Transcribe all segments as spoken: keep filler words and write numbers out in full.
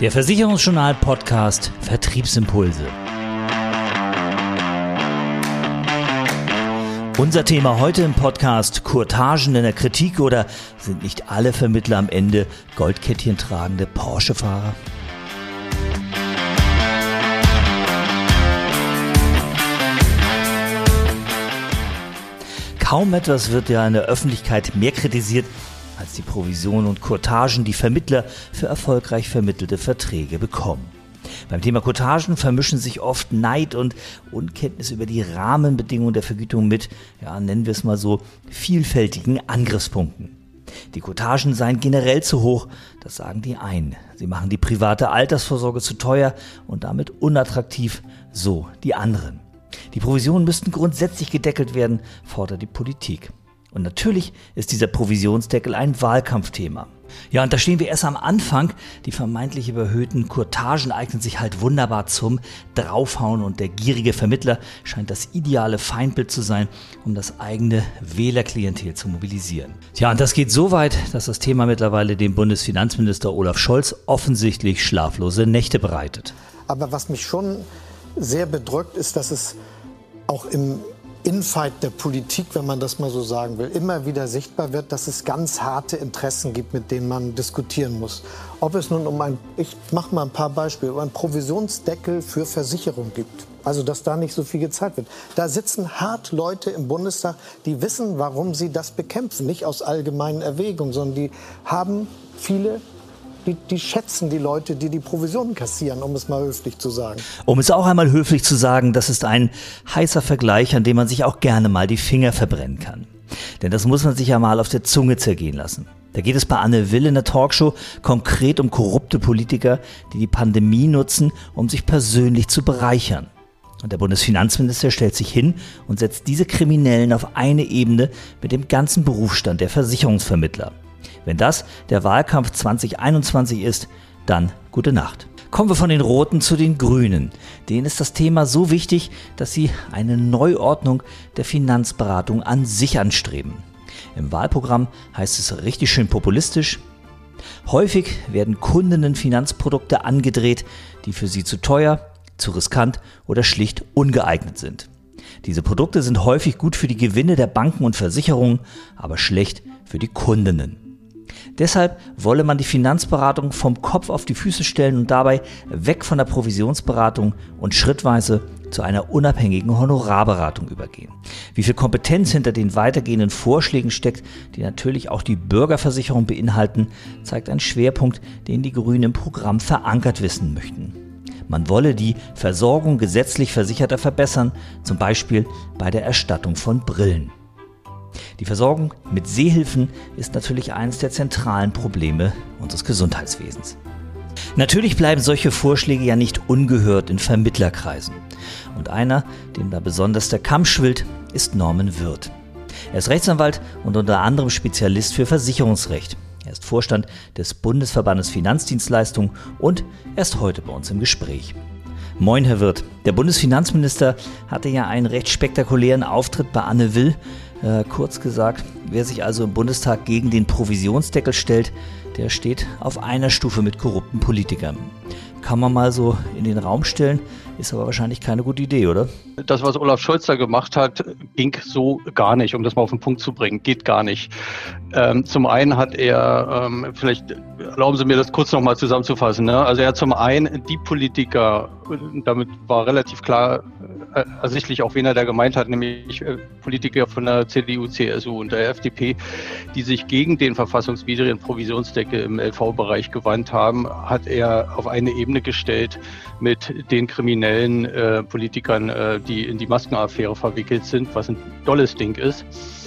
Der Versicherungsjournal-Podcast Vertriebsimpulse. Unser Thema heute im Podcast: Courtagen in der Kritik, oder sind nicht alle Vermittler am Ende Goldkettchen tragende Porsche-Fahrer? Kaum etwas wird ja in der Öffentlichkeit mehr kritisiert als die Provisionen und Courtagen, die Vermittler für erfolgreich vermittelte Verträge bekommen. Beim Thema Courtagen vermischen sich oft Neid und Unkenntnis über die Rahmenbedingungen der Vergütung mit, ja, nennen wir es mal so, vielfältigen Angriffspunkten. Die Courtagen seien generell zu hoch, das sagen die einen. Sie machen die private Altersvorsorge zu teuer und damit unattraktiv, so die anderen. Die Provisionen müssten grundsätzlich gedeckelt werden, fordert die Politik. Und natürlich ist dieser Provisionsdeckel ein Wahlkampfthema. Ja, und da stehen wir erst am Anfang. Die vermeintlich überhöhten Courtagen eignen sich halt wunderbar zum Draufhauen, und der gierige Vermittler scheint das ideale Feindbild zu sein, um das eigene Wählerklientel zu mobilisieren. Tja, und das geht so weit, dass das Thema mittlerweile dem Bundesfinanzminister Olaf Scholz offensichtlich schlaflose Nächte bereitet. Aber was mich schon sehr bedrückt, ist, dass es auch im Infight der Politik, wenn man das mal so sagen will, immer wieder sichtbar wird, dass es ganz harte Interessen gibt, mit denen man diskutieren muss. Ob es nun um ein, ich mache mal ein paar Beispiele, um einen Provisionsdeckel für Versicherung gibt, also dass da nicht so viel gezahlt wird. Da sitzen hart Leute im Bundestag, die wissen, warum sie das bekämpfen, nicht aus allgemeinen Erwägungen, sondern die haben viele Die, die schätzen die Leute, die die Provisionen kassieren, um es mal höflich zu sagen. Um es auch einmal höflich zu sagen, das ist ein heißer Vergleich, an dem man sich auch gerne mal die Finger verbrennen kann. Denn das muss man sich ja mal auf der Zunge zergehen lassen. Da geht es bei Anne Will in der Talkshow konkret um korrupte Politiker, die die Pandemie nutzen, um sich persönlich zu bereichern. Und der Bundesfinanzminister stellt sich hin und setzt diese Kriminellen auf eine Ebene mit dem ganzen Berufsstand der Versicherungsvermittler. Wenn das der Wahlkampf zwanzig einundzwanzig ist, dann gute Nacht. Kommen wir von den Roten zu den Grünen. Denen ist das Thema so wichtig, dass sie eine Neuordnung der Finanzberatung an sich anstreben. Im Wahlprogramm heißt es richtig schön populistisch: Häufig werden Kundinnen Finanzprodukte angedreht, die für sie zu teuer, zu riskant oder schlicht ungeeignet sind. Diese Produkte sind häufig gut für die Gewinne der Banken und Versicherungen, aber schlecht für die Kundinnen. Deshalb wolle man die Finanzberatung vom Kopf auf die Füße stellen und dabei weg von der Provisionsberatung und schrittweise zu einer unabhängigen Honorarberatung übergehen. Wie viel Kompetenz hinter den weitergehenden Vorschlägen steckt, die natürlich auch die Bürgerversicherung beinhalten, zeigt ein Schwerpunkt, den die Grünen im Programm verankert wissen möchten. Man wolle die Versorgung gesetzlich Versicherter verbessern, zum Beispiel bei der Erstattung von Brillen. Die Versorgung mit Sehhilfen ist natürlich eines der zentralen Probleme unseres Gesundheitswesens. Natürlich bleiben solche Vorschläge ja nicht ungehört in Vermittlerkreisen. Und einer, dem da besonders der Kamm schwillt, ist Norman Wirth. Er ist Rechtsanwalt und unter anderem Spezialist für Versicherungsrecht. Er ist Vorstand des Bundesverbandes Finanzdienstleistungen und er ist heute bei uns im Gespräch. Moin, Herr Wirth. Der Bundesfinanzminister hatte ja einen recht spektakulären Auftritt bei Anne Will. Äh, kurz gesagt, wer sich also im Bundestag gegen den Provisionsdeckel stellt, der steht auf einer Stufe mit korrupten Politikern. Kann man mal so in den Raum stellen, ist aber wahrscheinlich keine gute Idee, oder? Das, was Olaf Scholz da gemacht hat, ging so gar nicht, um das mal auf den Punkt zu bringen. Geht gar nicht. Ähm, zum einen hat er, ähm, vielleicht erlauben Sie mir das kurz nochmal zusammenzufassen, ne? Also er hat zum einen die Politiker, damit war relativ klar äh, ersichtlich auch, wen er da gemeint hat, nämlich äh, Politiker von der C D U, C S U und der F D P, die sich gegen den verfassungswidrigen Provisionsdeckel im L V-Bereich gewandt haben, hat er auf eine Ebene gestellt mit den kriminellen äh, Politikern, äh, die in die Maskenaffäre verwickelt sind, was ein tolles Ding ist.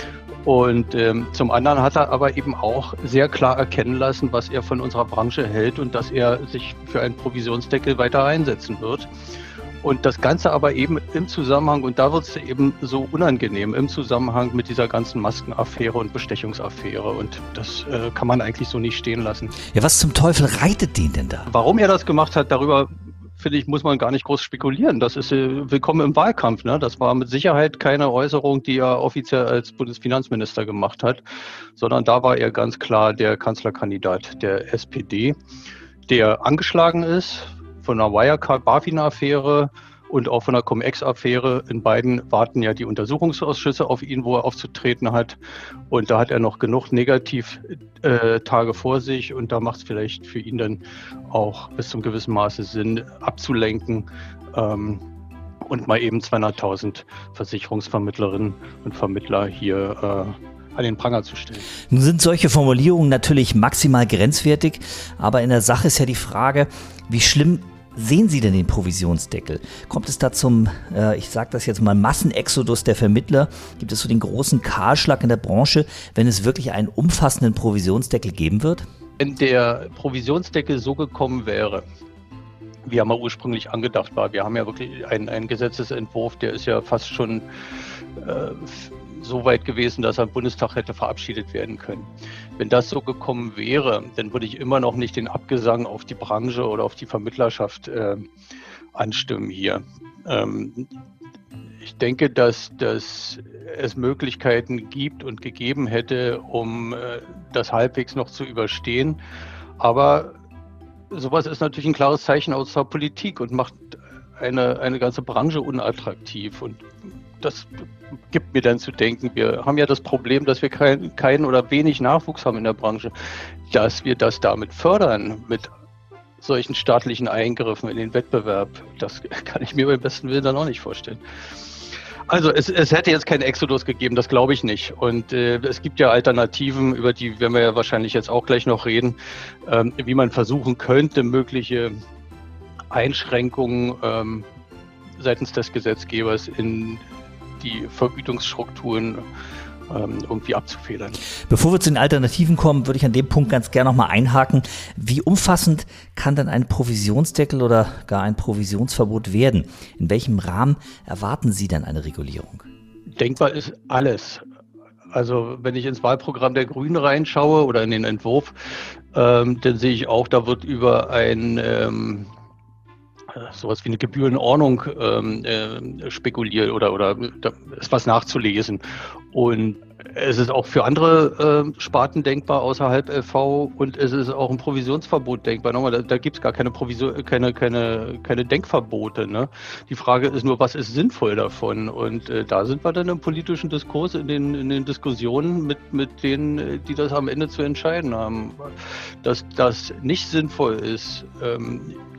Und ähm, zum anderen hat er aber eben auch sehr klar erkennen lassen, was er von unserer Branche hält und dass er sich für einen Provisionsdeckel weiter einsetzen wird. Und das Ganze aber eben im Zusammenhang, und da wird es eben so unangenehm, im Zusammenhang mit dieser ganzen Maskenaffäre und Bestechungsaffäre. Und das äh, kann man eigentlich so nicht stehen lassen. Ja, was zum Teufel reitet den denn da? Warum er das gemacht hat, darüber finde ich, muss man gar nicht groß spekulieren. Das ist äh, willkommen im Wahlkampf. Ne? Das war mit Sicherheit keine Äußerung, die er offiziell als Bundesfinanzminister gemacht hat, sondern da war er ganz klar der Kanzlerkandidat der S P D. der angeschlagen ist von einer Wirecard-BaFin-Affäre und auch von der Cum-Ex-Affäre. In beiden warten ja die Untersuchungsausschüsse auf ihn, wo er aufzutreten hat. Und da hat er noch genug Negativtage vor sich. Und da macht es vielleicht für ihn dann auch bis zum gewissen Maße Sinn, abzulenken ähm, und mal eben zweihunderttausend Versicherungsvermittlerinnen und Vermittler hier äh, an den Pranger zu stellen. Nun sind solche Formulierungen natürlich maximal grenzwertig. Aber in der Sache ist ja die Frage, wie schlimm sehen Sie denn den Provisionsdeckel? Kommt es da zum, äh, ich sage das jetzt mal, Massenexodus der Vermittler? Gibt es so den großen Kahlschlag in der Branche, wenn es wirklich einen umfassenden Provisionsdeckel geben wird? Wenn der Provisionsdeckel so gekommen wäre, wie er mal ursprünglich angedacht war, wir haben ja wirklich einen, einen Gesetzesentwurf, der ist ja fast schon äh, so weit gewesen, dass er im Bundestag hätte verabschiedet werden können. Wenn das so gekommen wäre, dann würde ich immer noch nicht den Abgesang auf die Branche oder auf die Vermittlerschaft äh, anstimmen hier. Ähm, ich denke, dass, dass es Möglichkeiten gibt und gegeben hätte, um äh, das halbwegs noch zu überstehen. Aber sowas ist natürlich ein klares Zeichen aus der Politik und macht eine, eine ganze Branche unattraktiv. Und das gibt mir dann zu denken, wir haben ja das Problem, dass wir keinen kein oder wenig Nachwuchs haben in der Branche, dass wir das damit fördern, mit solchen staatlichen Eingriffen in den Wettbewerb. Das kann ich mir beim besten Willen dann auch nicht vorstellen. Also es, es hätte jetzt keinen Exodus gegeben, das glaube ich nicht. Und äh, es gibt ja Alternativen, über die werden wir ja wahrscheinlich jetzt auch gleich noch reden, ähm, wie man versuchen könnte, mögliche Einschränkungen ähm, seitens des Gesetzgebers in die Vergütungsstrukturen ähm, irgendwie abzufedern. Bevor wir zu den Alternativen kommen, würde ich an dem Punkt ganz gerne nochmal einhaken. Wie umfassend kann denn ein Provisionsdeckel oder gar ein Provisionsverbot werden? In welchem Rahmen erwarten Sie denn eine Regulierung? Denkbar ist alles. Also wenn ich ins Wahlprogramm der Grünen reinschaue oder in den Entwurf, ähm, dann sehe ich auch, da wird über ein ähm, sowas wie eine Gebührenordnung ähm, äh, spekuliert oder, oder da ist was nachzulesen. Und es ist auch für andere äh, Sparten denkbar außerhalb L V und es ist auch ein Provisionsverbot denkbar. Nochmal, da, da gibt es gar keine, Provision, keine, keine, keine Denkverbote. Ne? Die Frage ist nur, was ist sinnvoll davon? Und äh, da sind wir dann im politischen Diskurs, in den, in den Diskussionen mit, mit denen, die das am Ende zu entscheiden haben. Dass das nicht sinnvoll ist, ähm,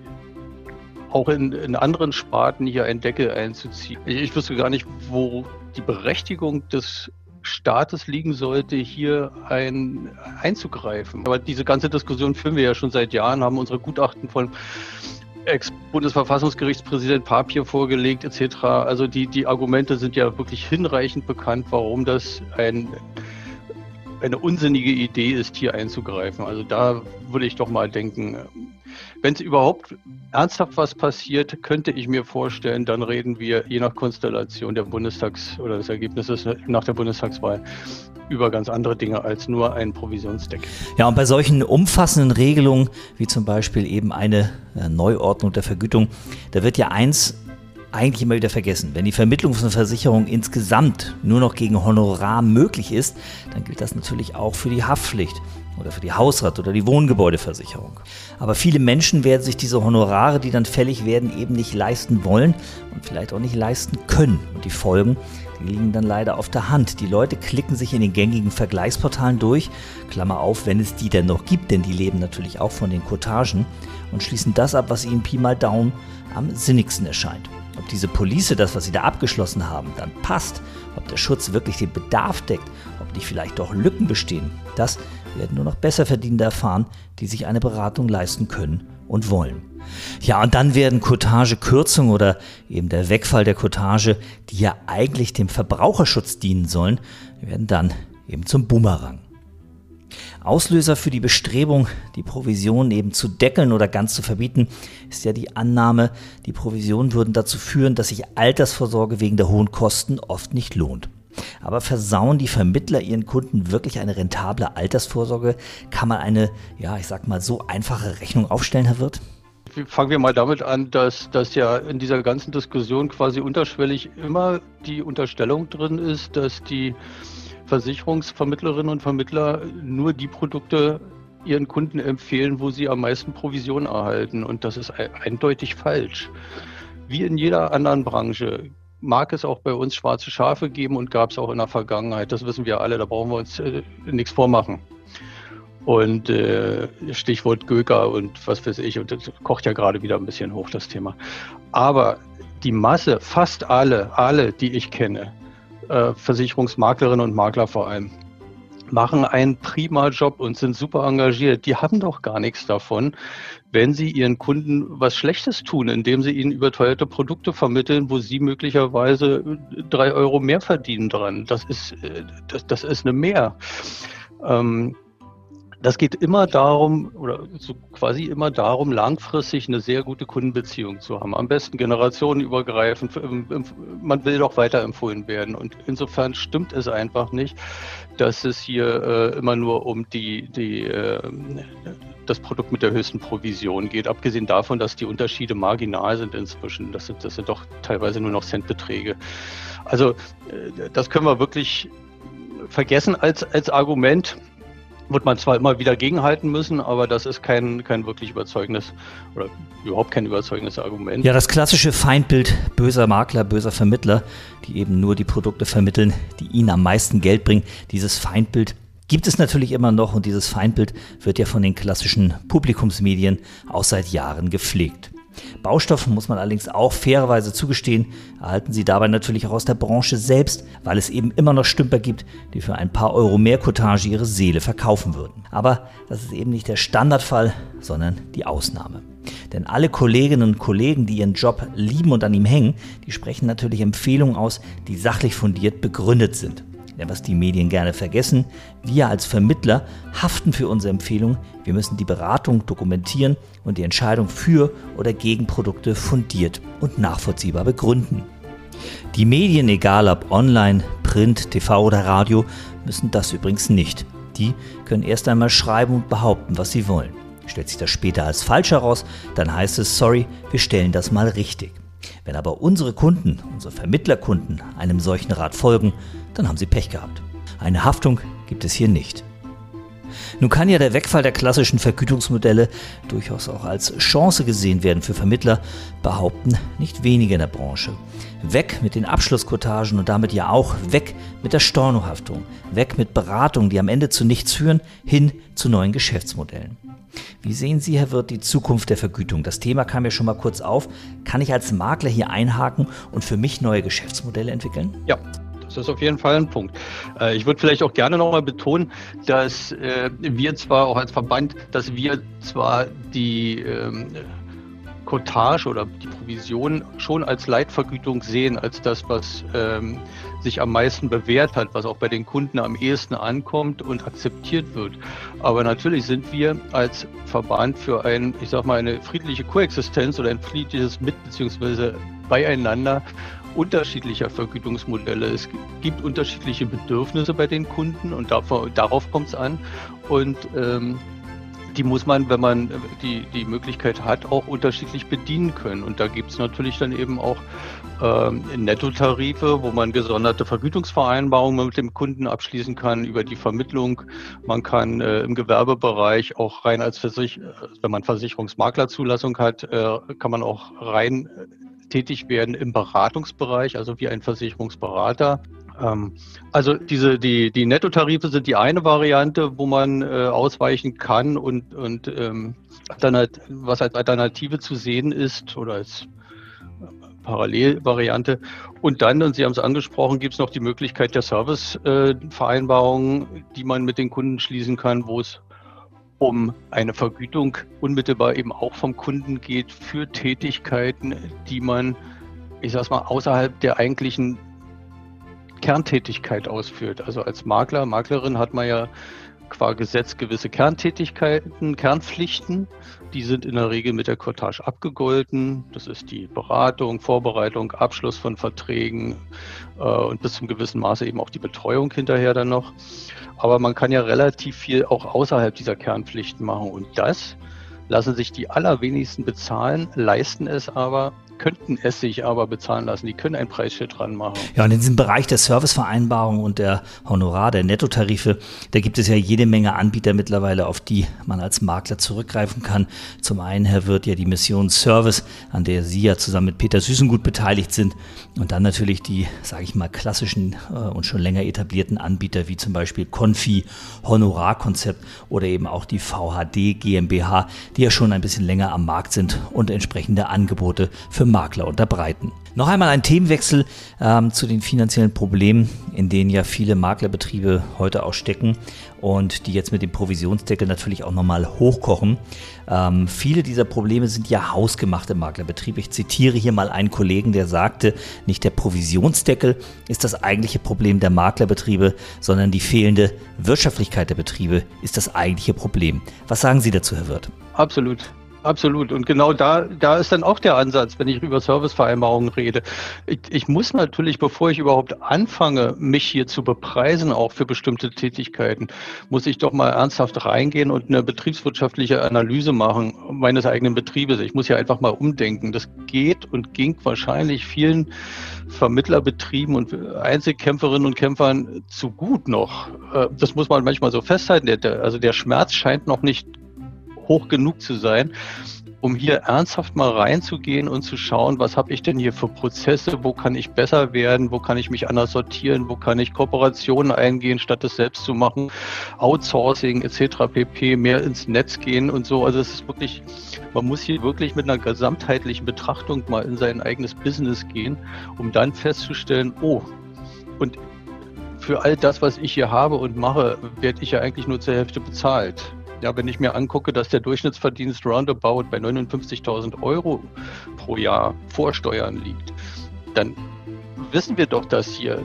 auch in, in anderen Sparten hier einen Deckel einzuziehen. Ich, ich wüsste gar nicht, wo die Berechtigung des Staates liegen sollte, hier ein, einzugreifen. Aber diese ganze Diskussion führen wir ja schon seit Jahren, haben unsere Gutachten von Ex-Bundesverfassungsgerichtspräsident Papier vorgelegt et cetera. Also die, die Argumente sind ja wirklich hinreichend bekannt, warum das ein, eine unsinnige Idee ist, hier einzugreifen. Also da würde ich doch mal denken, wenn es überhaupt ernsthaft was passiert, könnte ich mir vorstellen, dann reden wir je nach Konstellation der Bundestags- oder des Ergebnisses nach der Bundestagswahl über ganz andere Dinge als nur einen Provisionsdeckel. Ja, und bei solchen umfassenden Regelungen, wie zum Beispiel eben eine Neuordnung der Vergütung, da wird ja eins eigentlich immer wieder vergessen. Wenn die Vermittlung von Versicherungen insgesamt nur noch gegen Honorar möglich ist, dann gilt das natürlich auch für die Haftpflicht oder für die Hausrat- oder die Wohngebäudeversicherung. Aber viele Menschen werden sich diese Honorare, die dann fällig werden, eben nicht leisten wollen und vielleicht auch nicht leisten können. Und die Folgen, die liegen dann leider auf der Hand. Die Leute klicken sich in den gängigen Vergleichsportalen durch, Klammer auf, wenn es die denn noch gibt, denn die leben natürlich auch von den Cottagen, und schließen das ab, was ihnen Pi mal Daumen am sinnigsten erscheint. Ob diese Police, das, was sie da abgeschlossen haben, dann passt, ob der Schutz wirklich den Bedarf deckt, ob nicht vielleicht doch Lücken bestehen, das werden nur noch Besserverdienende erfahren, die sich eine Beratung leisten können und wollen. Ja, und dann werden Cottagekürzungen oder eben der Wegfall der Cottage, die ja eigentlich dem Verbraucherschutz dienen sollen, werden dann eben zum Bumerang. Auslöser für die Bestrebung, die Provisionen eben zu deckeln oder ganz zu verbieten, ist ja die Annahme, die Provisionen würden dazu führen, dass sich Altersvorsorge wegen der hohen Kosten oft nicht lohnt. Aber versauen die Vermittler ihren Kunden wirklich eine rentable Altersvorsorge? Kann man eine, ja, ich sag mal, so einfache Rechnung aufstellen, Herr Wirth? Fangen wir mal damit an, dass, dass ja in dieser ganzen Diskussion quasi unterschwellig immer die Unterstellung drin ist, dass die Versicherungsvermittlerinnen und Vermittler nur die Produkte ihren Kunden empfehlen, wo sie am meisten Provision erhalten. Und das ist eindeutig falsch. Wie in jeder anderen Branche mag es auch bei uns schwarze Schafe geben und gab es auch in der Vergangenheit. Das wissen wir alle, da brauchen wir uns äh, nichts vormachen. Und äh, Stichwort Göker und was weiß ich, und das kocht ja gerade wieder ein bisschen hoch, das Thema. Aber die Masse, fast alle, alle, die ich kenne, äh, Versicherungsmaklerinnen und Makler vor allem, machen einen prima Job und sind super engagiert. Die haben doch gar nichts davon, wenn sie ihren Kunden was Schlechtes tun, indem sie ihnen überteuerte Produkte vermitteln, wo sie möglicherweise drei Euro mehr verdienen dran. Das ist, das, das ist eine Mehr. Ähm, Das geht immer darum, oder so quasi immer darum, langfristig eine sehr gute Kundenbeziehung zu haben. Am besten generationenübergreifend. Man will doch weiterempfohlen werden. Und insofern stimmt es einfach nicht, dass es hier äh, immer nur um die, die, äh, das Produkt mit der höchsten Provision geht. Abgesehen davon, dass die Unterschiede marginal sind inzwischen. Das sind, das sind doch teilweise nur noch Centbeträge. Also äh, das können wir wirklich vergessen als, als Argument. Wird man zwar immer wieder gegenhalten müssen, aber das ist kein, kein wirklich überzeugendes oder überhaupt kein überzeugendes Argument. Ja, das klassische Feindbild böser Makler, böser Vermittler, die eben nur die Produkte vermitteln, die ihnen am meisten Geld bringen. Dieses Feindbild gibt es natürlich immer noch und dieses Feindbild wird ja von den klassischen Publikumsmedien auch seit Jahren gepflegt. Baustoff, muss man allerdings auch fairerweise zugestehen, erhalten sie dabei natürlich auch aus der Branche selbst, weil es eben immer noch Stümper gibt, die für ein paar Euro mehr Cottage ihre Seele verkaufen würden. Aber das ist eben nicht der Standardfall, sondern die Ausnahme. Denn alle Kolleginnen und Kollegen, die ihren Job lieben und an ihm hängen, die sprechen natürlich Empfehlungen aus, die sachlich fundiert begründet sind. Denn was die Medien gerne vergessen, wir als Vermittler haften für unsere Empfehlung. Wir müssen die Beratung dokumentieren und die Entscheidung für oder gegen Produkte fundiert und nachvollziehbar begründen. Die Medien, egal ob online, Print, T V oder Radio, müssen das übrigens nicht. Die können erst einmal schreiben und behaupten, was sie wollen. Stellt sich das später als falsch heraus, dann heißt es, sorry, wir stellen das mal richtig. Wenn aber unsere Kunden, unsere Vermittlerkunden einem solchen Rat folgen, dann haben sie Pech gehabt. Eine Haftung gibt es hier nicht. Nun kann ja der Wegfall der klassischen Vergütungsmodelle durchaus auch als Chance gesehen werden für Vermittler, behaupten nicht wenige in der Branche. Weg mit den Abschlussquotagen und damit ja auch weg mit der Stornohaftung, weg mit Beratungen, die am Ende zu nichts führen, hin zu neuen Geschäftsmodellen. Wie sehen Sie, Herr Wirth, die Zukunft der Vergütung? Das Thema kam ja schon mal kurz auf. Kann ich als Makler hier einhaken und für mich neue Geschäftsmodelle entwickeln? Ja. Das ist auf jeden Fall ein Punkt. Ich würde vielleicht auch gerne nochmal betonen, dass wir zwar auch als Verband, dass wir zwar die Cottage oder die Provision schon als Leitvergütung sehen, als das, was sich am meisten bewährt hat, was auch bei den Kunden am ehesten ankommt und akzeptiert wird. Aber natürlich sind wir als Verband für ein, ich sag mal, eine friedliche Koexistenz oder ein friedliches Mit- bzw. Beieinander unterschiedlicher Vergütungsmodelle. Es gibt unterschiedliche Bedürfnisse bei den Kunden und darauf, darauf kommt es an. Und ähm, die muss man, wenn man die, die Möglichkeit hat, auch unterschiedlich bedienen können. Und da gibt es natürlich dann eben auch ähm, Nettotarife, wo man gesonderte Vergütungsvereinbarungen mit dem Kunden abschließen kann über die Vermittlung. Man kann äh, im Gewerbebereich auch rein als Versich- wenn man Versicherungsmaklerzulassung hat, äh, kann man auch rein tätig werden im Beratungsbereich, also wie ein Versicherungsberater. Ähm, also diese, die, die Nettotarife sind die eine Variante, wo man äh, ausweichen kann und, und ähm, was als Alternative zu sehen ist oder als Parallelvariante. Und dann, und Sie haben es angesprochen, gibt es noch die Möglichkeit der Servicevereinbarungen, äh, die man mit den Kunden schließen kann, wo es um eine Vergütung unmittelbar eben auch vom Kunden geht für Tätigkeiten, die man, ich sag's mal, außerhalb der eigentlichen Kerntätigkeit ausführt. Also als Makler, Maklerin hat man ja qua Gesetz gewisse Kerntätigkeiten, Kernpflichten. Die sind in der Regel mit der Cottage abgegolten. Das ist die Beratung, Vorbereitung, Abschluss von Verträgen äh, und bis zum gewissen Maße eben auch die Betreuung hinterher dann noch. Aber man kann ja relativ viel auch außerhalb dieser Kernpflichten machen. Und das lassen sich die allerwenigsten bezahlen, leisten es aber könnten es sich aber bezahlen lassen. Die können ein Preisschild dran machen. Ja, und in diesem Bereich der Servicevereinbarung und der Honorar, der Nettotarife, da gibt es ja jede Menge Anbieter mittlerweile, auf die man als Makler zurückgreifen kann. Zum einen, Herr Wirth, ja die Mission Service, an der Sie ja zusammen mit Peter Süßengut beteiligt sind. Und dann natürlich die, sage ich mal, klassischen äh, und schon länger etablierten Anbieter wie zum Beispiel Confi, Honorarkonzept oder eben auch die V H D GmbH, die ja schon ein bisschen länger am Markt sind und entsprechende Angebote für Makler unterbreiten. Noch einmal ein Themenwechsel ähm, zu den finanziellen Problemen, in denen ja viele Maklerbetriebe heute auch stecken und die jetzt mit dem Provisionsdeckel natürlich auch nochmal hochkochen. Ähm, viele dieser Probleme sind ja hausgemachte Maklerbetriebe. Ich zitiere hier mal einen Kollegen, der sagte, nicht der Provisionsdeckel ist das eigentliche Problem der Maklerbetriebe, sondern die fehlende Wirtschaftlichkeit der Betriebe ist das eigentliche Problem. Was sagen Sie dazu, Herr Wirth? Absolut. Absolut. Und genau da, da ist dann auch der Ansatz, wenn ich über Servicevereinbarungen rede. Ich, ich muss natürlich, bevor ich überhaupt anfange, mich hier zu bepreisen, auch für bestimmte Tätigkeiten, muss ich doch mal ernsthaft reingehen und eine betriebswirtschaftliche Analyse machen meines eigenen Betriebes. Ich muss ja einfach mal umdenken. Das geht und ging wahrscheinlich vielen Vermittlerbetrieben und Einzelkämpferinnen und Kämpfern zu gut noch. Das muss man manchmal so festhalten. Also der Schmerz scheint noch nicht hoch genug zu sein, um hier ernsthaft mal reinzugehen und zu schauen, was habe ich denn hier für Prozesse, wo kann ich besser werden, wo kann ich mich anders sortieren, wo kann ich Kooperationen eingehen, statt es selbst zu machen, Outsourcing et cetera pp, mehr ins Netz gehen und so. Also es ist wirklich, man muss hier wirklich mit einer gesamtheitlichen Betrachtung mal in sein eigenes Business gehen, um dann festzustellen, oh, und für all das, was ich hier habe und mache, werde ich ja eigentlich nur zur Hälfte bezahlt. Ja, wenn ich mir angucke, dass der Durchschnittsverdienst roundabout bei neunundfünfzigtausend Euro pro Jahr vor Steuern liegt, dann wissen wir doch, dass hier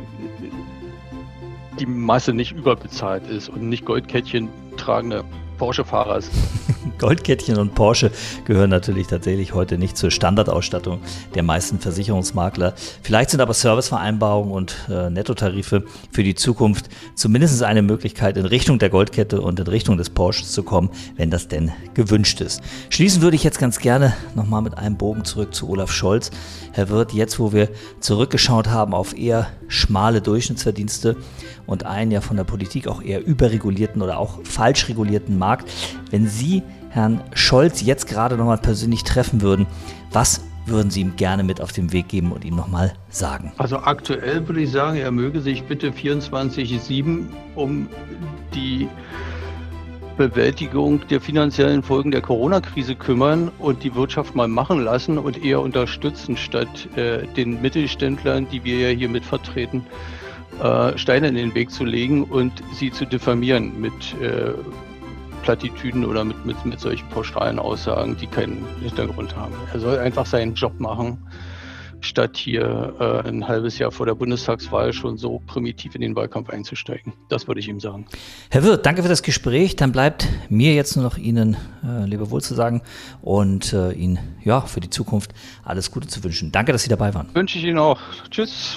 die Masse nicht überbezahlt ist und nicht Goldkettchen tragende Porsche-Fahrer sind. Goldkettchen und Porsche gehören natürlich tatsächlich heute nicht zur Standardausstattung der meisten Versicherungsmakler. Vielleicht sind aber Servicevereinbarungen und äh, Nettotarife für die Zukunft zumindest eine Möglichkeit, in Richtung der Goldkette und in Richtung des Porsches zu kommen, wenn das denn gewünscht ist. Schließen würde ich jetzt ganz gerne nochmal mit einem Bogen zurück zu Olaf Scholz. Herr Wirth, jetzt wo wir zurückgeschaut haben auf eher schmale Durchschnittsverdienste und einen ja von der Politik auch eher überregulierten oder auch falsch regulierten Markt, wenn Sie Herrn Scholz jetzt gerade nochmal persönlich treffen würden, was würden Sie ihm gerne mit auf den Weg geben und ihm nochmal sagen? Also aktuell würde ich sagen, er möge sich bitte vierundzwanzig sieben um die Bewältigung der finanziellen Folgen der Corona-Krise kümmern und die Wirtschaft mal machen lassen und eher unterstützen, statt äh, den Mittelständlern, die wir ja hier mit vertreten, äh, Steine in den Weg zu legen und sie zu diffamieren mit äh, Plattitüden oder mit, mit, mit solchen pauschalen Aussagen, die keinen Hintergrund haben. Er soll einfach seinen Job machen, statt hier äh, ein halbes Jahr vor der Bundestagswahl schon so primitiv in den Wahlkampf einzusteigen. Das würde ich ihm sagen. Herr Wirth, danke für das Gespräch. Dann bleibt mir jetzt nur noch Ihnen äh, Lebewohl zu sagen und äh, Ihnen ja, für die Zukunft alles Gute zu wünschen. Danke, dass Sie dabei waren. Wünsche ich Ihnen auch. Tschüss.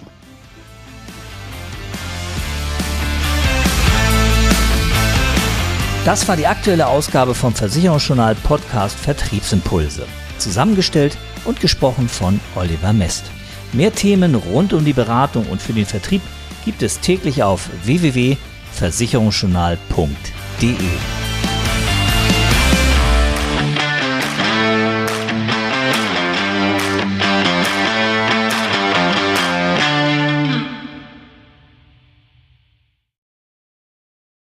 Das war die aktuelle Ausgabe vom Versicherungsjournal Podcast Vertriebsimpulse. Zusammengestellt und gesprochen von Oliver Mest. Mehr Themen rund um die Beratung und für den Vertrieb gibt es täglich auf w w w punkt versicherungsjournal punkt d e.